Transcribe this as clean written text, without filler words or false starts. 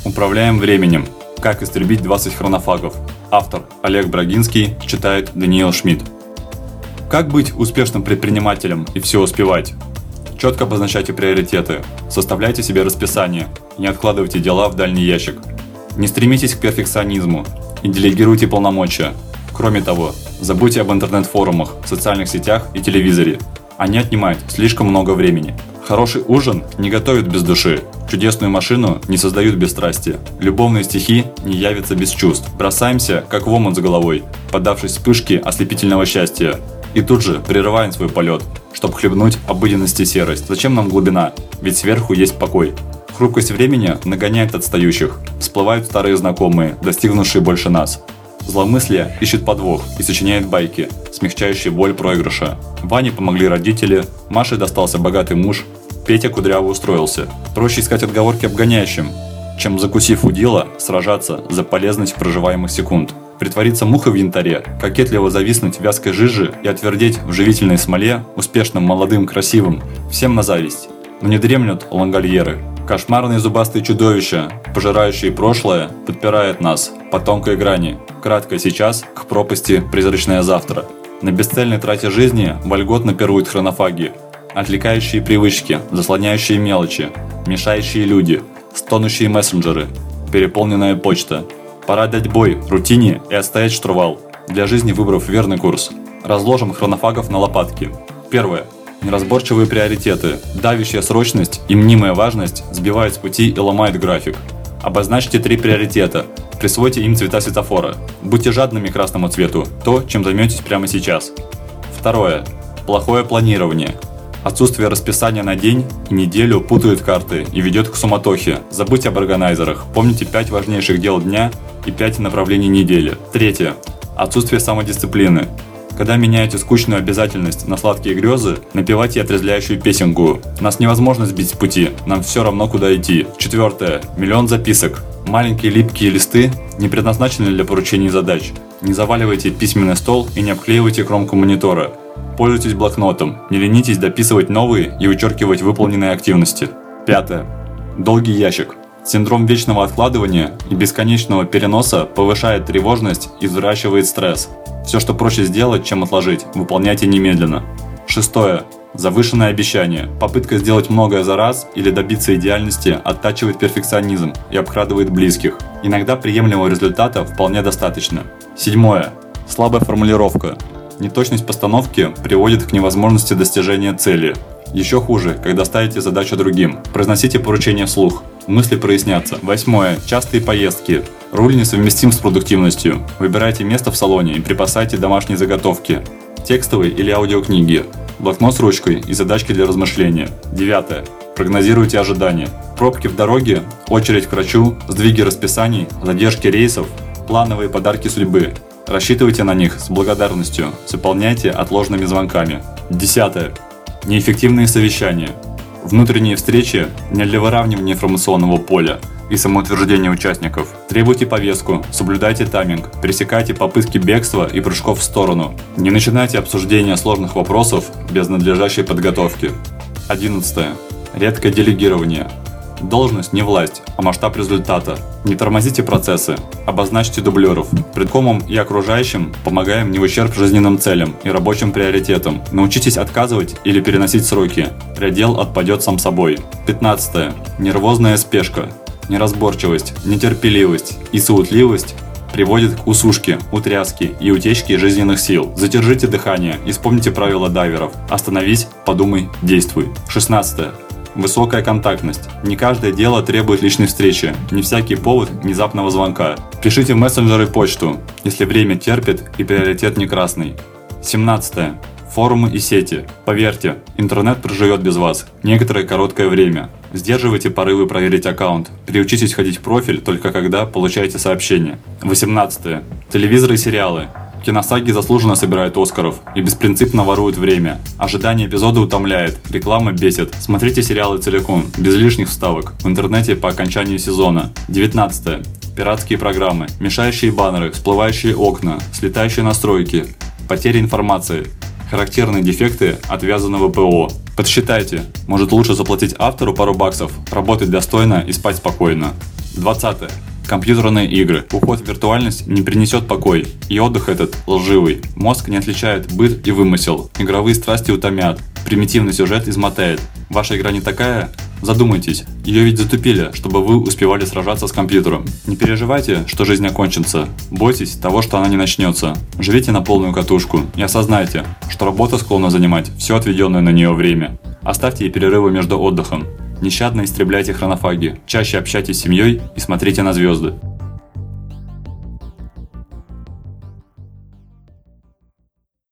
Управляем временем. Как истребить 20 хронофагов. Автор Олег Брагинский, читает Даниил Шмидт. Как быть успешным предпринимателем и все успевать? Четко обозначайте приоритеты, составляйте себе расписание, не откладывайте дела в дальний ящик. Не стремитесь к перфекционизму и делегируйте полномочия. Кроме того, забудьте об интернет-форумах, социальных сетях и телевизоре. Они отнимают слишком много времени. Хороший ужин не готовят без души, чудесную машину не создают без страсти, любовные стихи не явятся без чувств. Бросаемся, как в омут с головой, поддавшись вспышке ослепительного счастья. И тут же прерываем свой полет, чтобы хлебнуть обыденность и серость. Зачем нам глубина? Ведь сверху есть покой. Хрупкость времени нагоняет отстающих. Всплывают старые знакомые, достигнувшие больше нас. Зломыслие ищет подвох и сочиняет байки, смягчающие боль проигрыша. Ване помогли родители, Маше достался богатый муж, Петя кудряво устроился. Проще искать отговорки обгоняющим, чем, закусив удила, сражаться за полезность проживаемых секунд. Притвориться мухой в янтаре, кокетливо зависнуть в вязкой жиже и отвердеть в живительной смоле, успешным, молодым, красивым, всем на зависть. Но не дремлют лангольеры. Кошмарные зубастые чудовища, пожирающие прошлое, подпирают нас по тонкой грани. Кратко сейчас к пропасти призрачное завтра. На бесцельной трате жизни вольготно пируют хронофаги. Отвлекающие привычки, заслоняющие мелочи, мешающие люди, стонущие мессенджеры, переполненная почта. Пора дать бой рутине и отстоять штурвал, для жизни выбрав верный курс. Разложим хронофагов на лопатки. Первое. Неразборчивые приоритеты, давящая срочность и мнимая важность сбивают с пути и ломают график. Обозначьте 3 приоритета, присвойте им цвета светофора. Будьте жадными к красному цвету, то, чем займетесь прямо сейчас. Второе. Плохое планирование. Отсутствие расписания на день и неделю путают карты и ведет к суматохе. Забудьте об органайзерах, помните 5 важнейших дел дня и 5 направлений недели. Третье. Отсутствие самодисциплины. Когда меняете скучную обязательность на сладкие грезы, напевайте отрезвляющую песенку. Нас невозможно сбить с пути, нам все равно куда идти. Четвертое. Миллион записок. Маленькие липкие листы не предназначены для поручений задач. Не заваливайте письменный стол и не обклеивайте кромку монитора. Пользуйтесь блокнотом, не ленитесь дописывать новые и вычеркивать выполненные активности. Пятое. Долгий ящик. Синдром вечного откладывания и бесконечного переноса повышает тревожность и взращивает стресс. Все, что проще сделать, чем отложить, выполняйте немедленно. Шестое. Завышенное обещание. Попытка сделать многое за раз или добиться идеальности оттачивает перфекционизм и обкрадывает близких. Иногда приемлемого результата вполне достаточно. Седьмое. Слабая формулировка. Неточность постановки приводит к невозможности достижения цели. Еще хуже, когда ставите задачу другим. Произносите поручения вслух. Мысли прояснятся. Восьмое. Частые поездки. Руль несовместим с продуктивностью. Выбирайте место в салоне и припасайте домашние заготовки. Текстовые или аудиокниги. Блокнот с ручкой и задачки для размышления. Девятое. Прогнозируйте ожидания. Пробки в дороге, очередь к врачу, сдвиги расписаний, задержки рейсов, плановые подарки судьбы. Рассчитывайте на них с благодарностью, заполняйте отложенными звонками. Десятое. Неэффективные совещания. Внутренние встречи не для выравнивания информационного поля и самоутверждения участников. Требуйте повестку, соблюдайте тайминг, пресекайте попытки бегства и прыжков в сторону. Не начинайте обсуждение сложных вопросов без надлежащей подготовки. 11. Редкое делегирование. Должность не власть, а масштаб результата. Не тормозите процессы, обозначьте дублеров. Предкомам и окружающим помогаем не в ущерб жизненным целям и рабочим приоритетам. Научитесь отказывать или переносить сроки. Предел отпадет сам собой. 15. Нервозная спешка. Неразборчивость, нетерпеливость и суетливость приводит к усушке, утряске и утечке жизненных сил. Задержите дыхание и вспомните правила дайверов. Остановись, подумай, действуй. 16. Высокая контактность. Не каждое дело требует личной встречи, не всякий повод внезапного звонка. Пишите в мессенджеры и почту, если время терпит и приоритет не красный. 17. Форумы и сети. Поверьте, интернет проживет без вас некоторое короткое время. Сдерживайте порывы проверить аккаунт. Приучитесь ходить в профиль только когда получаете сообщения. 18. Телевизор и сериалы. Киносаги заслуженно собирают Оскаров и беспринципно воруют время. Ожидание эпизода утомляет, реклама бесит. Смотрите сериалы целиком, без лишних вставок, в интернете по окончанию сезона. 19. Пиратские программы, мешающие баннеры, всплывающие окна, слетающие настройки, потери информации. Характерные дефекты отвязанного ПО. Подсчитайте, может лучше заплатить автору пару баксов, работать достойно и спать спокойно. 20. Компьютерные игры. Уход в виртуальность не принесет покой, и отдых этот лживый. Мозг не отличает быт и вымысел. Игровые страсти утомят, примитивный сюжет измотает. Ваша игра не такая? Задумайтесь, ее ведь затупили, чтобы вы успевали сражаться с компьютером. Не переживайте, что жизнь окончится. Бойтесь того, что она не начнется. Живите на полную катушку и осознайте, что работа склонна занимать все отведенное на нее время. Оставьте ей перерывы между отдыхом. Нещадно истребляйте хронофаги, чаще общайтесь с семьей и смотрите на звезды.